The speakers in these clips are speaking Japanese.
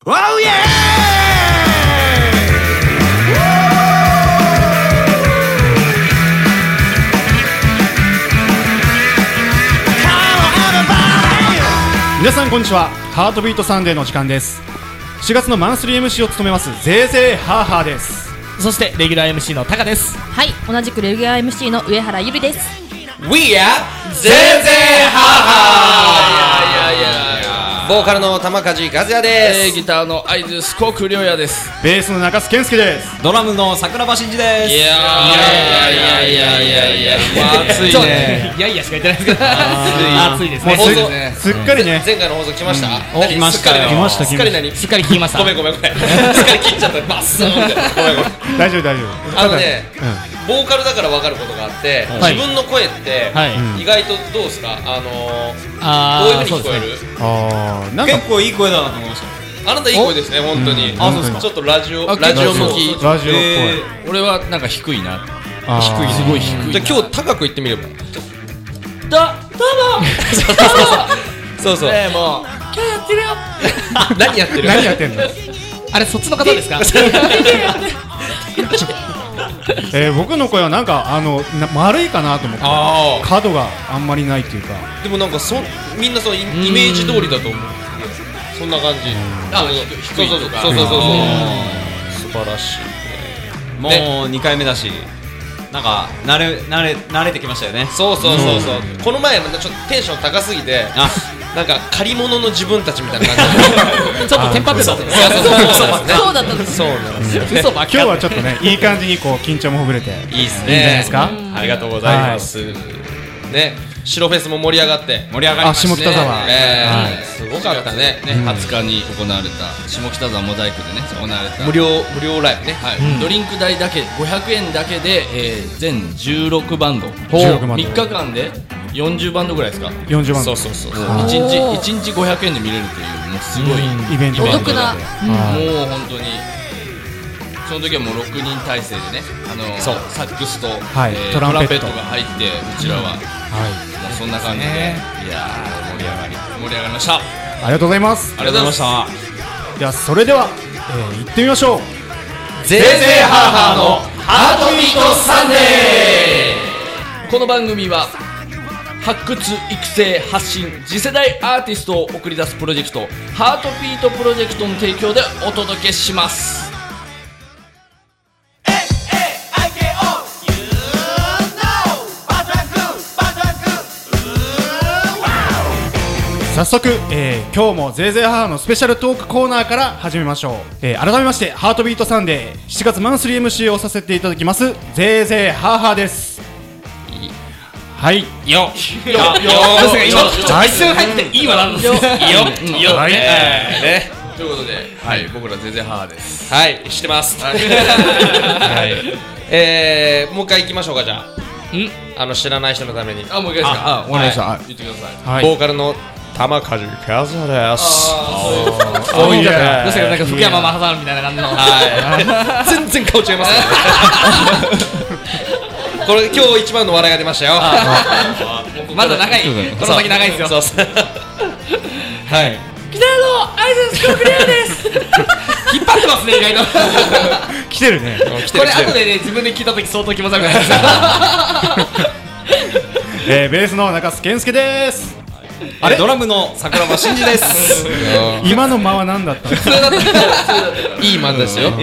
Oh yeah! 皆さんこんにちは。ハートビートサンデーの時間です。4月のマンスリー MC を務めますゼーゼーハーハーです。 そしてレギュラー MC のタカです。 はい、同じくレギュラー MC の上原ゆりです。 We are ゼーゼーハーハー。ボーカルの玉梶和也です。 ギターの会津四国亮也です。 ベースの中須健介です。 ドラムの桜庭真司です。 いや暑いね。 いやいやしか言ってないですけど暑いですね。 すっかりね、 前回の放送来ました。 来ましたよ。 すっかり何？ すっかり聞きました。 ごめんすっかり切っちゃったバッスンって。ごめん大丈夫。 ボーカルだから分かることがあって、自分の声って意外とどうですか？どういう風に聞こえる？ 結構いい声だなと思いました。 あなたいい声ですね、本当に。 あ、そうですか。 ちょっとラジオ向き。 ラジオっぽい。 俺はなんか低いな。すごい低い。 じゃあ今日高く言ってみれば。そうそう。 もう今日やってるよ。 何やってる？ 何やってんの？ あれそっちの方ですか？ 僕の声はなんか丸いかなと思って、角があんまりないっていうか。 でもなんかみんなそのイメージ通りだと思う。そんな感じ。 低いとか。 そう。素晴らしい。 もう2回目だし、なんか慣れてきましたよね。 そう。この前ちょっとテンション高すぎて、なんか借り物の自分たちみたいな感じ。 ちょっとテンパってた。そうだったんです。 そうなんですよ。 嘘ばっかり。 今日はちょっとね、いい感じにこう緊張もほぐれていいですね。 いいんじゃないですか。 ありがとうございます。ね、白フェスも盛り上がって盛り上がりましたね。 下北沢。 すごかったね。 20日に行われた下北沢モザイクでね行われた無料ライブね。 ドリンク代だけ500円だけで全16バンド。 16バンド。 3日間で40バンドぐらいですか ？40バンド。 そう1日500円で見れるというもうすごいイベントお得な。 もう本当にその時はもう6人体制でねサックスとトランペットが入ってうちらはもうそんな感じでいや盛り上がりました。 ありがとうございます。 ありがとうございました。 ではそれでは行ってみましょう。 ゼーゼーハーハーのハートビートサンデー。 この番組は発掘育成発信次世代アーティストを送り出すプロジェクトハートビートプロジェクトの提供でお届けします。 早速、今日もゼーゼーハーのスペシャルトークコーナーから始めましょう。改めましてハートビートサンデー7月マンスリー MC をさせていただきますゼーゼーハーハーです。はい。 一瞬入っていいわなんですよ。 はい。 ということで、僕らゼーゼーハーです。 はい、知ってます。もう一回行きましょうか。じゃあ知らない人のために。 もう一回ですか。 お願いします。 言ってください。 ボーカルの玉梶和也です。 おいや。どうしてなんか福山雅治みたいな感じの。 全然顔違いますね。これ今日一番の笑いが出ましたよ。 まだ長い。この先長いですよ。 はい。 ギターの会津四国亮です。引っ張ってますね意外と。 来てるね。 これ後でね自分で聞いた時相当気持ち悪くないですか。 ベースの中須健介です。 あれドラムの桜庭真司です。 今の間は何だったの？ いい間ですよ。はい。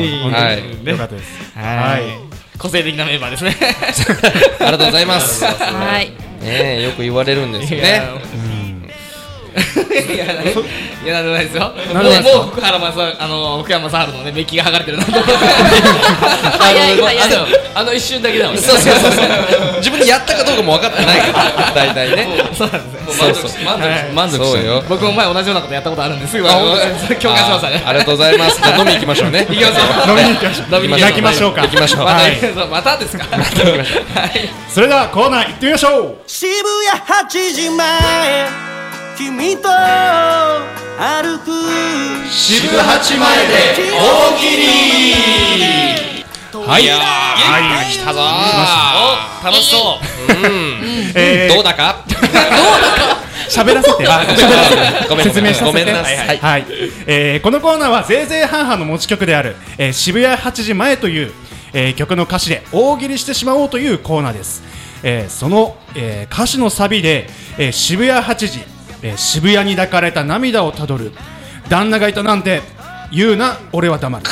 よかったです。はい。 個性的なメンバーですね。 ありがとうございます。 はい。 ねよく言われるんですよね。 いやなんでもないですよ。もう福山雅治のねメッキが剥がれてるなと思って。 早い。 一瞬だけだもんね。 そう。自分でやったかどうかも分かってないから。大体ね。 そうなんですね。 満足そうよ。 僕も前同じようなことやったことあるんですぐ共感しましたね。 ありがとうございます。飲み行きましょうね。 行きますよ。 飲みに行きましょう。泣きましょうか。 行きましょう。 またですか。 それではコーナー行ってみましょう。 渋谷8時前君と歩く渋8前で大喜利。はい。来たぞー。 楽しそう。 どうだか。 喋らせてごめん説明させてごめんなさい。 はい、このコーナーはぜいぜいハーハーの持ち曲である、渋谷8時前という、曲の歌詞で大喜利してしまおうというコーナーです。その、歌詞のサビで、渋谷8時、渋谷に抱かれた涙をたどる旦那がいたなんて言うな俺は黙る。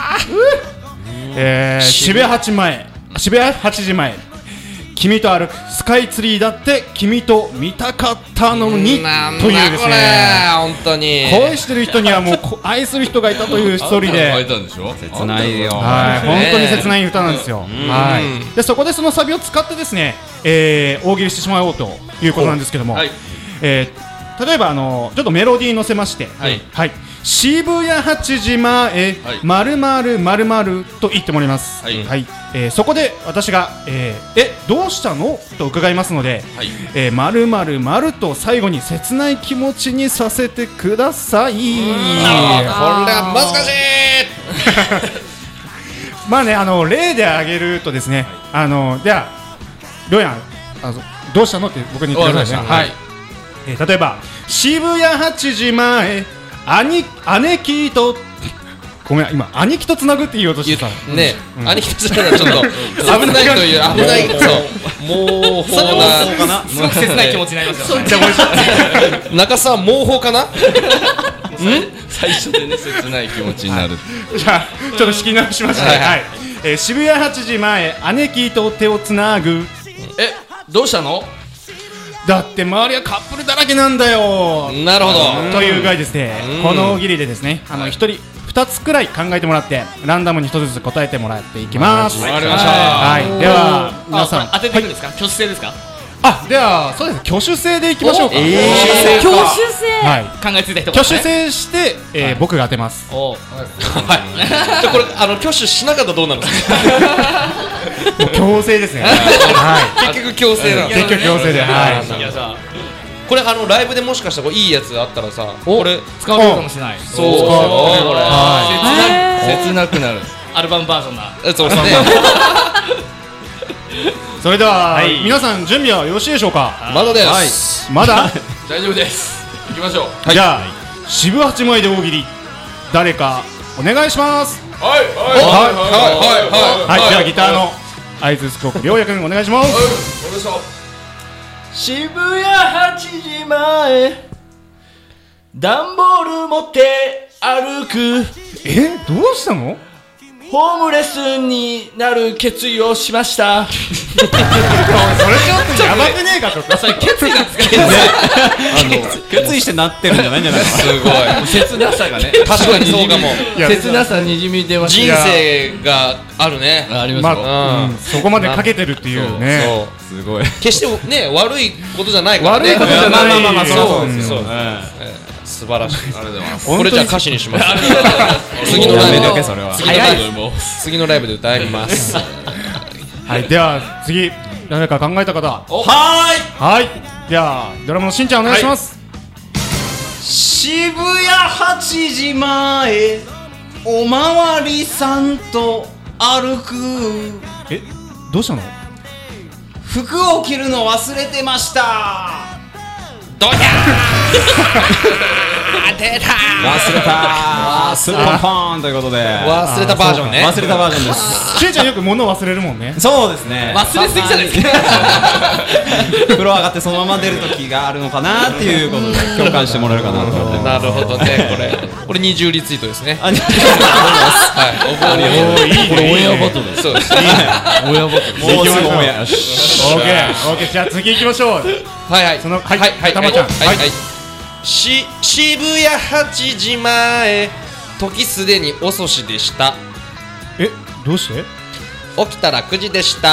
渋谷8時前君と歩くスカイツリーだって君と見たかったのにというですね、 本当に恋してる人にはもう愛する人がいたというストーリーで切ないよ。 はい、本当に切ない歌なんですよ。はい、でそこでそのサビを使ってですね、大喜利してしまおうということなんですけども、例えばちょっとメロディー乗せまして、はい、渋谷8時前〇〇〇〇と言ってもらいます。はい、そこで私がどうしたのと伺いますので、〇〇〇と最後に切ない気持ちにさせてください。これは難しい。 まあね、例で挙げるとですね、じゃあどうやんどうしたのって僕に言ってくださいね。はい、例えば渋谷8時前姉貴とごめん、今兄貴とつなぐって言おうとしてたね。兄貴とつなぐちょっと危ないという危ない、そうもうそれもすごく切ない気持ちになりますよ。 中澤猛法かな。 最初でね、切ない気持ちになる。 じゃあちょっと仕切り直しまして、渋谷8時前姉貴と手をつなぐ。 どうしたの？ だって周りはカップルだらけなんだよ。 なるほど。 という具合ですね、この大喜利でですね、1人2つくらい考えてもらってランダムに1つずつ答えてもらっていきます。 わかりました。 はい、では皆さん当てていくんですか？挙手制ですか？ ではそうです、挙手制でいきましょうか。 挙手制、 はい、 考えついた人挙手制して、僕が当てます。 はい。じゃこれ挙手しなかったらどうなるんですか？ もう強制ですね。は結局強制なの。 結局強制で、 これライブでもしかしたらいいやつあったらさ、これ使われるかもしれない。 そうこれ切なくなる。 アルバムバージョンだ。 そうですね。 それでは皆さん準備はよろしいでしょうか？ まだです。 まだ大丈夫です。行きましょう。 じゃあ渋8枚で大喜利、誰かお願いします。 はい。 じゃあギターの会津スコープりょうやくんお願いします。 渋谷8時前段ボール持って歩く。 どうしたの？ ホームレスになる決意をしました。 それちょっとやばくねえかと。 それ決意なんですか？ 決意してなってるんじゃないんじゃないですか。 すごい。 切なさがね。 確かにそうかも。 切なさにじみ出ました。 人生があるね。 ありますよ。 そこまでかけてるっていうね。 すごい。 決してね悪いことじゃないからね。 悪いことじゃない。 まあそう。素晴らしい。ありがとうございます。これじゃあ歌詞にします。次のライブで歌います。 はい、では次誰か考えた方。はい。ではドラムのしんちゃんお願いします。 渋谷8時前おまわりさんと歩く。 どうしたの？ 服を着るの忘れてました。 どうや出た忘れたスーパーファンということで忘れたバージョンね。 忘れたバージョンです。 しんちゃんよく物忘れるもんね。 そうですね。 忘れすぎじゃないですか。 風呂上がってそのまま出る時があるのかなっていうことで共感してもらえるかなと。 なるほどね。これ20リツイートですね。はい。 これ親バトル。 そうです。 親バトル。もうすぐオンエア。 オッケー。じゃあ次行きましょう。 はい。 そのたまちゃん。 渋谷8時前時すでに遅しでした。 どうして？ 起きたら9時でした。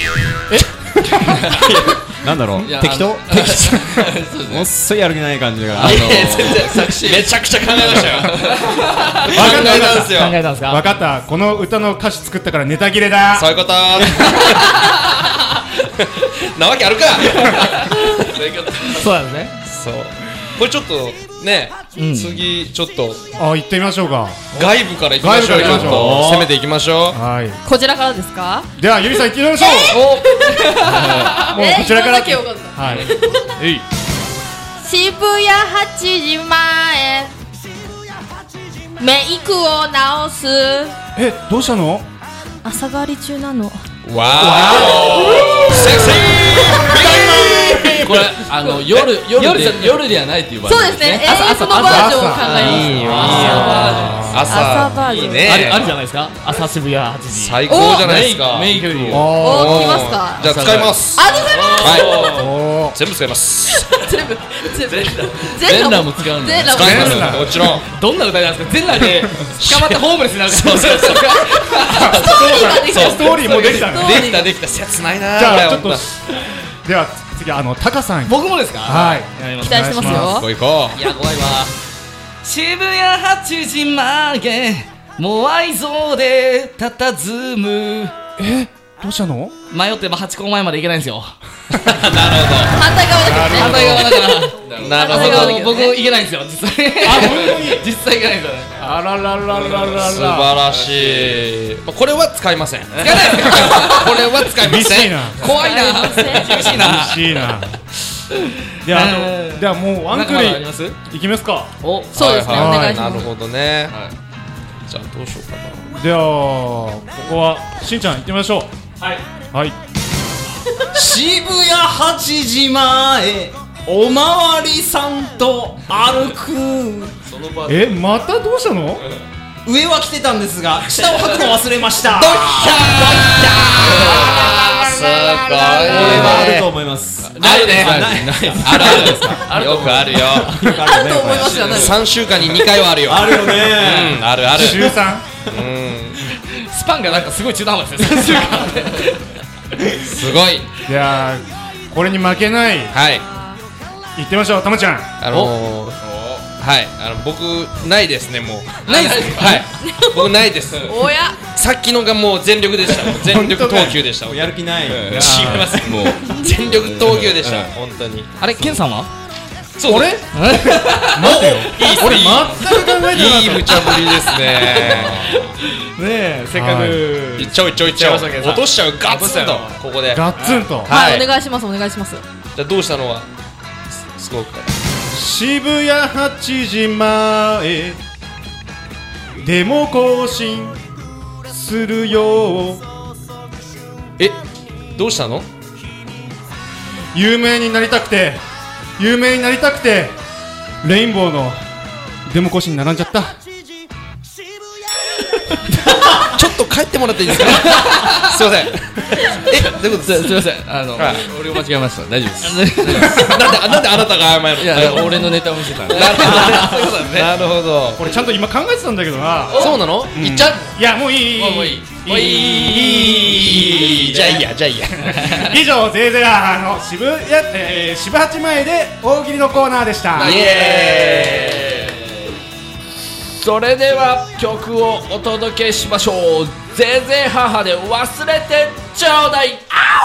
なんだろう、適当？もっそいやる気ない感じが。 めちゃくちゃ考えましたよ。考えたんですよ。 分かった。この歌の歌詞作ったからネタ切れだ。 そういうことなわけあるか。 そうなんですね。 そう。これちょっとね、次ちょっと行ってみましょうか。 外部から行きましょう。攻めていきましょう。 はい。こちらからですか？ ではゆりさん行ってみましょう。もうこちらから。はい。 渋谷8時前メイクを直す。 どうしたの？ 朝狩り中なの。 わーセクシーこれ夜ではないっていうバージョンそうですね。そのバージョンを考えました。朝バージョン。 いいね。 あるじゃないですか。朝渋谷8時。 最高じゃないですか。 メイクより来ますか。 じゃあ使います。 ありがとうございます。 はい。全部使います。 全部全裸も使うんだ。 使います。もちろん。 どんな歌なんですか。全裸で捕まってホームレスになる。そうストーリーもできたね。 できた切ないな。 じゃあちょっとでは次タカさん。 僕もですか。 はい。 期待してますよ。 行こいや怖いわ。渋谷8時前もう愛憎で佇む。 どうしたの？ 迷ってもハチ公前まで行けないんですよ。 反対側だけどね。 反対側だから。 なるほど。僕行けないんですよ実際。実際行けないんですよね。 あららららら素晴らしい。これは使いません。使いないですか。 これは使いません。 怖いな。厳しいな。 厳しいな。ではもうワンクリいきますか。 そうですね。お願いします。 なるほどね。じゃあどうしようかな。 ではここはしんちゃん行ってみましょう。はい。 渋谷8時前おまわりさんと歩く。 またどうしたの？ 上は着てたんですが下を履くの忘れました。 ドッすごい。これはあると思います。 あるね。あるよくあるよ。 あると思いますよね。 3週間に2回はあるよ。 あるよね。 あるある。 週 3。 スパンがなんかすごい中途半端ですね。3週間すごい。 いやこれに負けない。行ってみましょう。たまちゃん。 はい僕ないですね。もうないですか。 はい僕ないです。 おやさっきのがもう全力でした。全力投球でした。 やる気ない。 違います。もう全力投球でした本当に。 あれケンさんは？ そう。 待てよ。俺全く考えてなかった。 いい無茶ぶりですね。 ねえせっかくちょい落としちゃう。ガツンとここでガッツンと。 はいお願いします。お願いします。 じゃあどうしたのはすごく渋谷8時前デモ行進するよ。 どうしたの？ 有名になりたくてレインボーのデモ行進に並んじゃった。 ちょっと帰ってもらっていいですか？すいません。どういうことです？ すいません俺を間違えました。大丈夫です。 なんであなたが謝るの？ いや俺のネタを見せた。 なるほど。 これちゃんと今考えてたんだけどな。 そうなの？言っちゃう？ いやもういい。 じゃあいいや。 以上ゼーゼーハーの渋8前で大喜利のコーナーでした。 イエーイ。それでは曲をお届けしましょう。ゼーゼーハーハで忘れてちょうだい。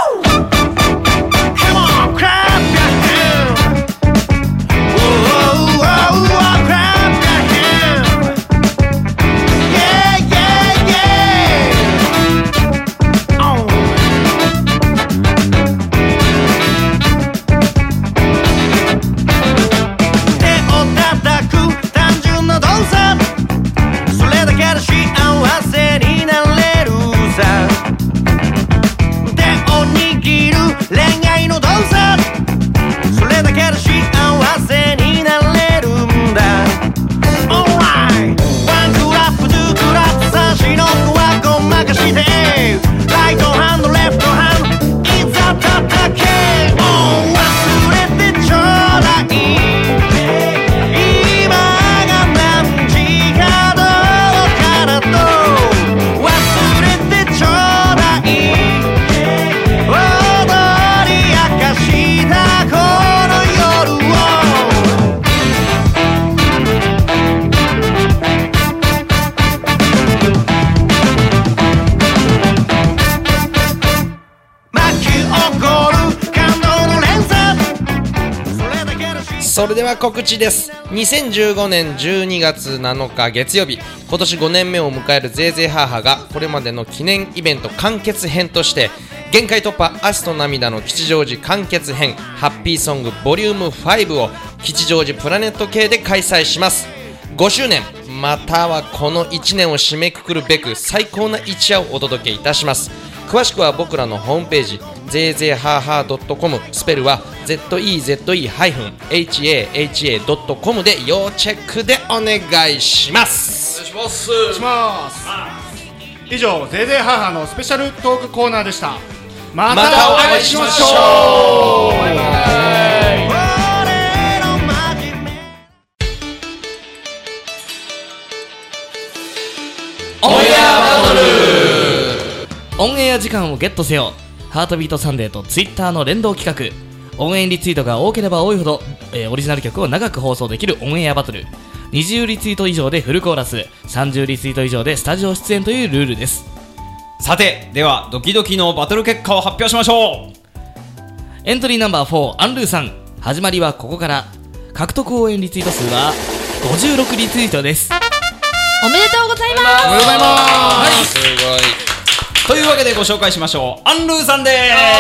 それでは告知です。2015年12月7日月曜日、今年5年目を迎えるゼーゼーハーハがこれまでの記念イベント完結編として限界突破アスと涙の吉祥寺完結編ハッピーソングボリューム5を吉祥寺プラネット系で開催します。5周年またはこの1年を締めくくるべく最高な一夜をお届けいたします。詳しくは僕らのホームページ zezhaha.com スペルは zeze-haha.com で要チェックでお願いします。 お願いします。以上ゼーゼーハーハーのスペシャルトークコーナーでした。またお会いしましょう。バイバイ。 オンエアバトル。オンエア時間をゲットせよ。ハートビートサンデーとツイッターの連動企画。応援リツイートが多ければ多いほど、オリジナル曲を長く放送できるオンエアバトル。20リツイート以上でフルコーラス、30リツイート以上でスタジオ出演というルールです。 さて、ではドキドキのバトル結果を発表しましょう。 エントリーナンバー4アンルーさん、始まりはここから。獲得応援リツイート数は56リツイートです。 おめでとうございます。 おめでとうございます。 すごい。 というわけでご紹介しましょう。アンルーさんでーす。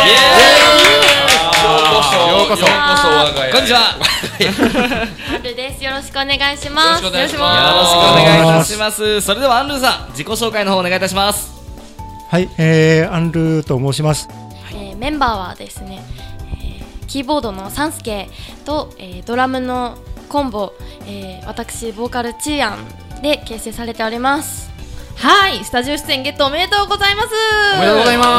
ようこそ我が家。 こんにちは。 アンルです。よろしくお願いします。 よろしくお願いいたします。それではアンルーさん、自己紹介の方お願いいたします。 はい、アンルーと申します。 メンバーはですね、キーボードのサンスケと、ドラムのコンボ、私ボーカルチーアンで結成されております。 はい、スタジオ出演ゲットおめでとうございます。 おめでとうございます。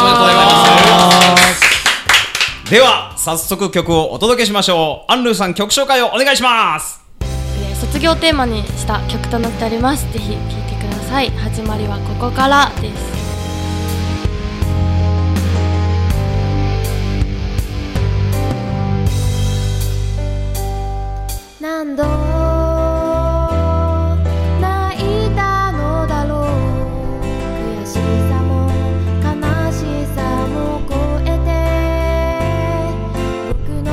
では早速曲をお届けしましょう。アンルーさん、曲紹介をお願いします。 卒業テーマにした曲となっております。ぜひ聴いてください。始まりはここからです。何度泣いたのだろう。悔しさも悲しさも超えて僕の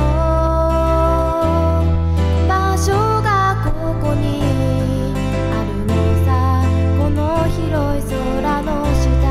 場所がここにあるのさ。この広い空の下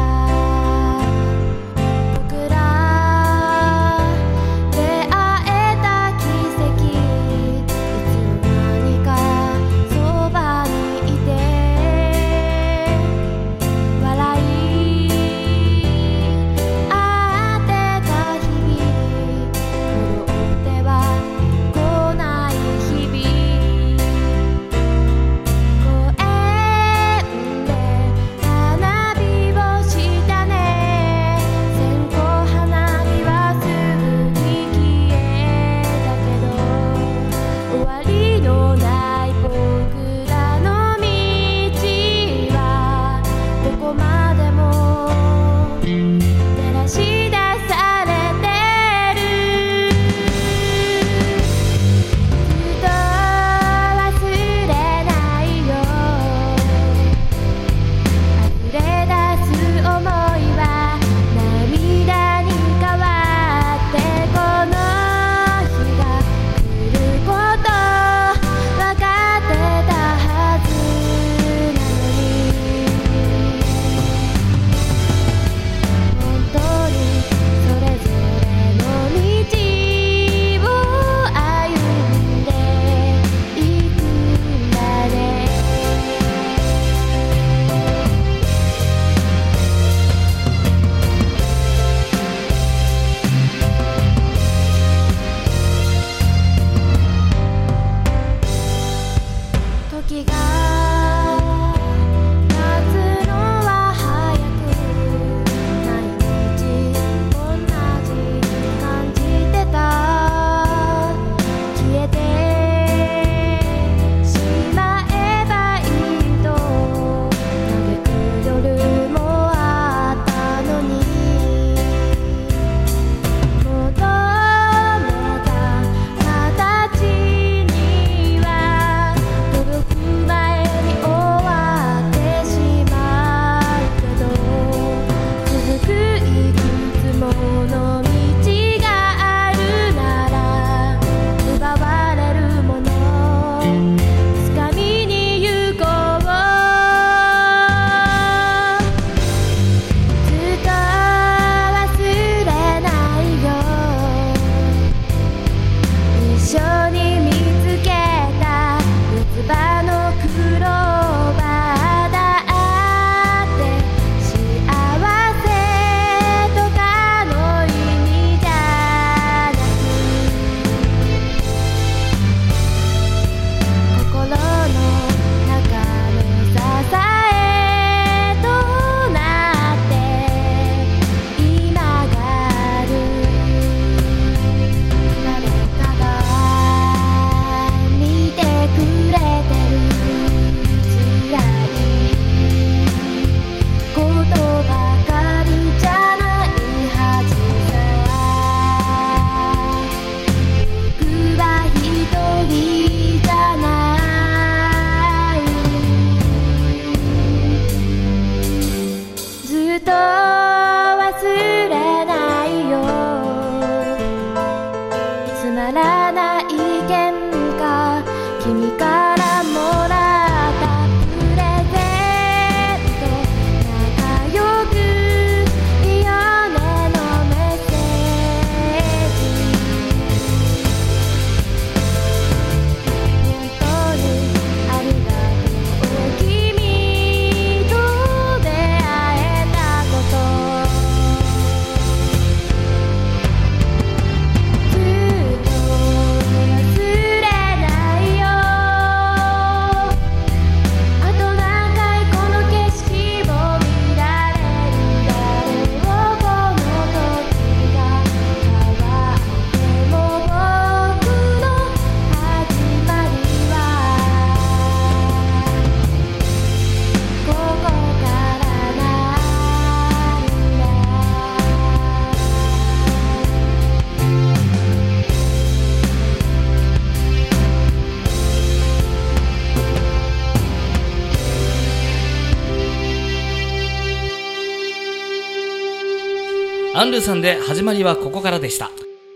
アンルーさんで始まりはここからでした。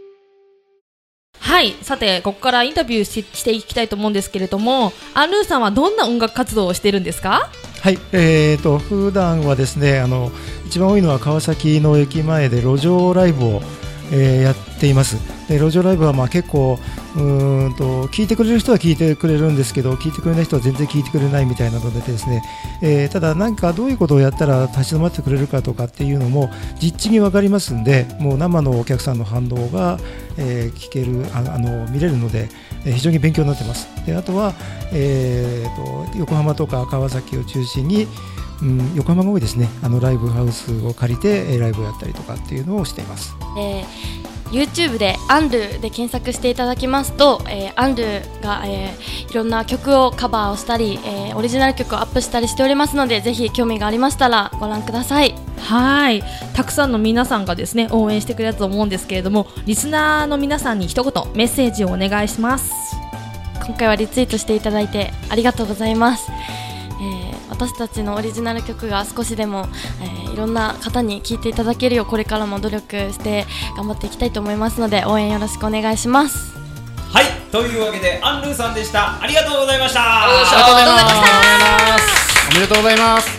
はい、さてここからインタビューしていきたいと思うんですけれども、アンルーさんはどんな音楽活動をしているんですか？ はい、普段はですね、一番多いのは川崎の駅前で路上ライブを、やっています。で路上ライブは結構聞いてくれる人は聞いてくれるんですけど、聞いてくれない人は全然聞いてくれないみたいなのでですね、ただ何かどういうことをやったら立ち止まってくれるかとかっていうのも実地に分かりますんで、もう生のお客さんの反応が、聞ける見れるので、非常に勉強になってます。であとは、横浜とか川崎を中心に、横浜が多いですね。ライブハウスを借りて、ライブをやったりとかっていうのをしています。 YouTube でアンルで検索していただきますと、アンルが、いろんな曲をカバーをしたり、オリジナル曲をアップしたりしておりますので、ぜひ興味がありましたらご覧ください。 はい、たくさんの皆さんがですね応援してくれたと思うんですけれども、リスナーの皆さんに一言メッセージをお願いします。 今回はリツイートしていただいてありがとうございます。私たちのオリジナル曲が少しでも、いろんな方に聴いていただけるようこれからも努力して頑張っていきたいと思いますので、応援よろしくお願いします。 はい、というわけでアンルーさんでした。ありがとうございました。 ありがとうございました。 おめでとうございます。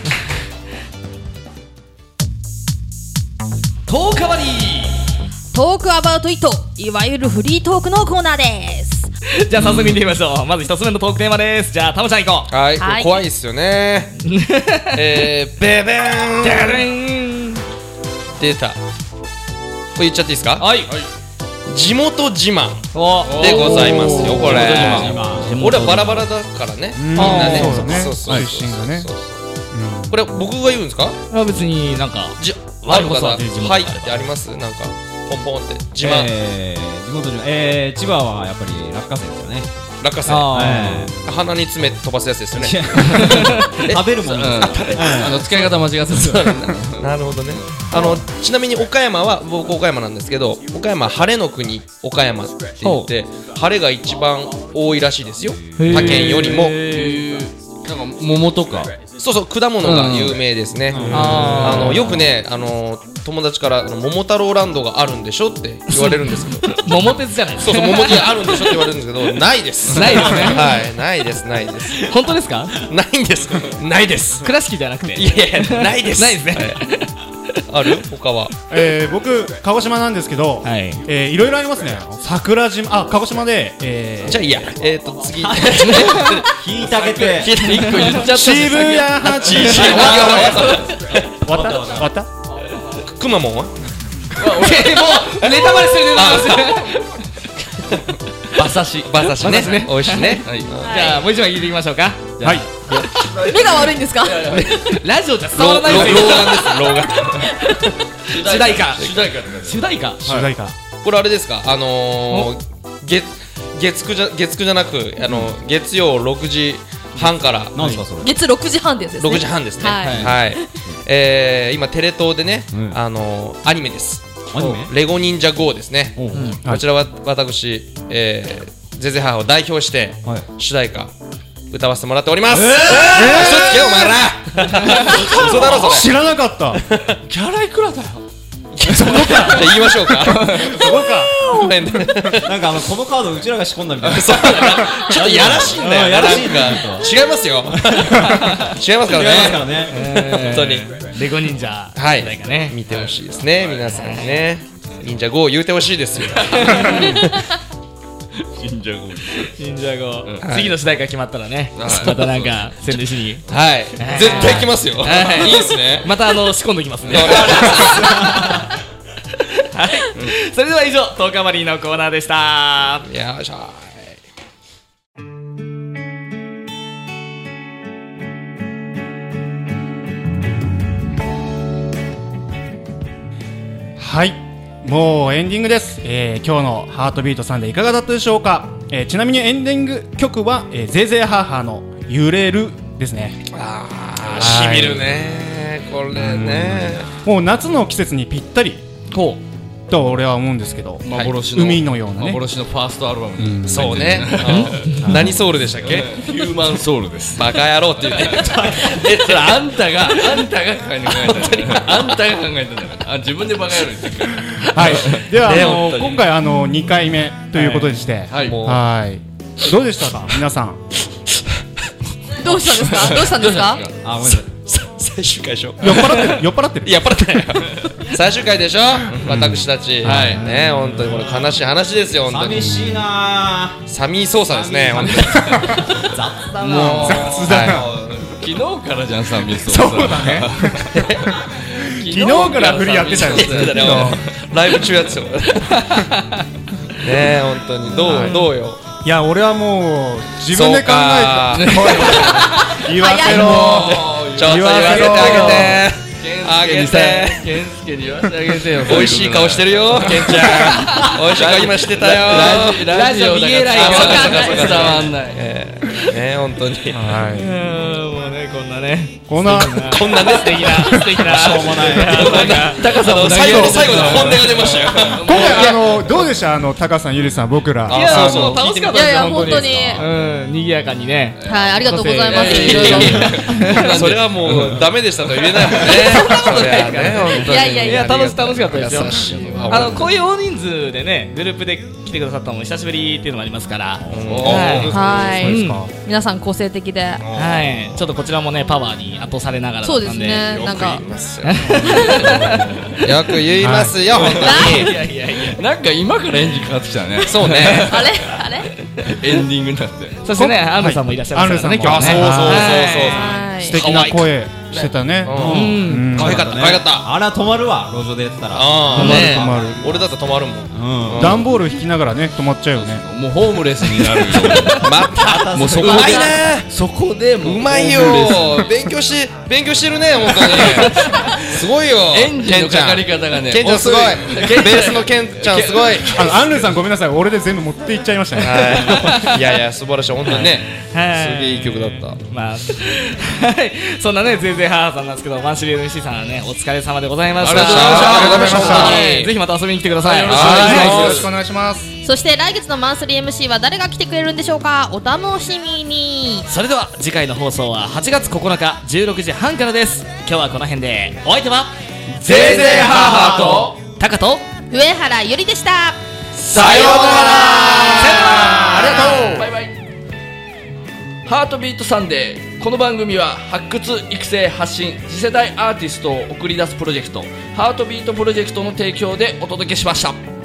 トークバリートークアバウトイット、いわゆるフリートークのコーナーです。 じゃあ早速見てみましょう。まず一つ目のトークテーマです。じゃあたまちゃん行こう。 はい、これ怖いっすよね。ベベーン出た。これ言っちゃっていいですか？ はい。 地元自慢でございますよ。これ俺はバラバラだからね、みんなね。 そうそう出身がね。 これ僕が言うんですか？ 別になんかある方はいってあります？なんかポンポンって自慢。 地元自慢、千葉はやっぱり落花生ですよね。 落花生、鼻に詰め飛ばすやつですよね。 食べるもの使い方間違ってた。なるほどね。ちなみに岡山は、僕岡山なんですけど、岡山は晴れの国岡山って言って晴れが一番多いらしいですよ、他県よりも。 なんか桃とかそうそう、果物が有名ですね。よくね、友達から桃太郎ランドがあるんでしょって言われるんですけど桃鉄じゃないですか。 そうそう、桃鉄あるんでしょって言われるんですけど、ないです。 ないですね。 はい、ないです、ないです。 本当ですか？ ないんです。ないです。 倉敷じゃなくて。 いやいや、ないです。 ないですね。 ある？他は？ 僕鹿児島なんですけど、いろいろありますね。桜島、鹿児島で、 じゃあいいや。次聞いてあげて。 1個言っちゃった。 渋谷8時。終わった？ くまモンは？もうネタバレするネタバレする。馬刺し。 馬刺しね。美味しいね。 じゃあもう一枚聞いていきましょうか。 はい。 目が悪いんですか？ ラジオじゃ伝わらないですよ。 老眼。 主題歌。 これあれですか？月9じゃなく、月曜6時半から。 何ですかそれ？ 月6時半ですね。 6時半ですね。はい。今テレ東でね、アニメです。レゴ忍者 GO ですね。こちらは私、ゼゼハーを代表して主題歌歌わせてもらっております。嘘つけお前ら。嘘だろそれ。 知らなかった。キャラいくらだよ。 そこか。言いましょうか。そこか。 なんかこのカードうちらが仕込んだみたいな。 ちょっとやらしいんだよ。 やらしいんだ。 違いますよ。違いますからね。本当に。 レゴ忍者。 はい。見てほしいですね。皆さんにね。忍者 GO 言うてほしいですよ。 忍者 GO。 次の主題歌決まったらね、またなんか宣伝しに。 はい。絶対来ますよ。いいですね。 また仕込んでおきますね。はい。それでは以上トークアバリーのコーナーでした。 よいしょ。 はい、もうエンディングです。今日のハートビートさんでいかがだったでしょうか。ちなみにエンディング曲は、ゼーゼーハーハーの揺れるですね。 しみるねこれね。 もう夏の季節にぴったり。 と俺は思うんですけど、 幻の海のようなね、 幻のファーストアルバムにそうね。何ソウルでしたっけ？ ヒューマンソウルです。 バカ野郎って言ってそれあんたが考えたあんたが考えたんだから自分でバカ野郎言ってるからはい。では今回2回目ということでして、はい。どうでしたか皆さん？ どうしたんですか？どうしたんですか？ あ、ごめんなさい。 最終回でしょ。 酔っ払ってる。 最終回でしょ。私たちね、本当にこれ悲しい話ですよ。本当に寂しいなぁ。 サミー操作ですね。本当に雑だな。 雑だな。 昨日からじゃんサミー操作。そうだね。昨日から振りやってたよ。 ライブ中やってたもんね。本当にどうよ。 いや俺はもう自分で考えて言わせろ。 ちょっと言わせてあげてケンスケに言わせてあげてよ。 美味しい顔してるよケンちゃん。美味しい顔今してたよ。 ラジオだから伝わんない本当に。 もうねこんなね素敵なしょうもない高さの最後の本音が出ましたよ。 今回どうでした高さんゆりさん僕ら。 いや楽しかったですよ本当に。 賑やかにね。 はいありがとうございます。 それはもうダメでしたと言えないもんね。 いや楽しかったですよ。 優しい。 こういう大人数でねグループで来てくださったのも久しぶりっていうのもありますから。 はい皆さん個性的で、 はいちょっとこちらもねパワーに圧倒されながらだったんで。 そうですね。なんかよく言いますよ本当に。 いやなんか今からエンジンかかってきたね。 そうね。 あれエンディングになって。 そしてねアンルさんもいらっしゃいますからね今日はね。 素敵な声してたね。 可愛かったあら止まるわ路上でやってたら。 止まる。 俺だと止まるもん。 段ボール引きながらね止まっちゃうよね。 もうホームレスになるよ。 またもうそこでうまいよ。勉強してるね本当に。すごいよ。 エンジンのかかり方がね。 ケンちゃんすごい。ベースのケンちゃんすごい。 アンルさんごめんなさい俺で全部持っていっちゃいましたね。 いや素晴らしい本当にね。すげえいい曲だった。 まあはいそんなねぜいぜい母さんなんですけどマンスリー MC さんはねお疲れ様でございました。 ありがとうございました。 ぜひまた遊びに来てください。 よろしくお願いします。 そして来月のマンスリー MC は誰が来てくれるんでしょうか。お楽しみに。 それでは次回の放送は8月9日16時半からです。今日はこの辺でお相手はぜいぜい母とタカと上原ゆりでした。 さようなら。 ありがとう。 バイバイ。ハートビートサンデー。この番組は発掘育成発信次世代アーティストを送り出すプロジェクトハートビートプロジェクトの提供でお届けしました。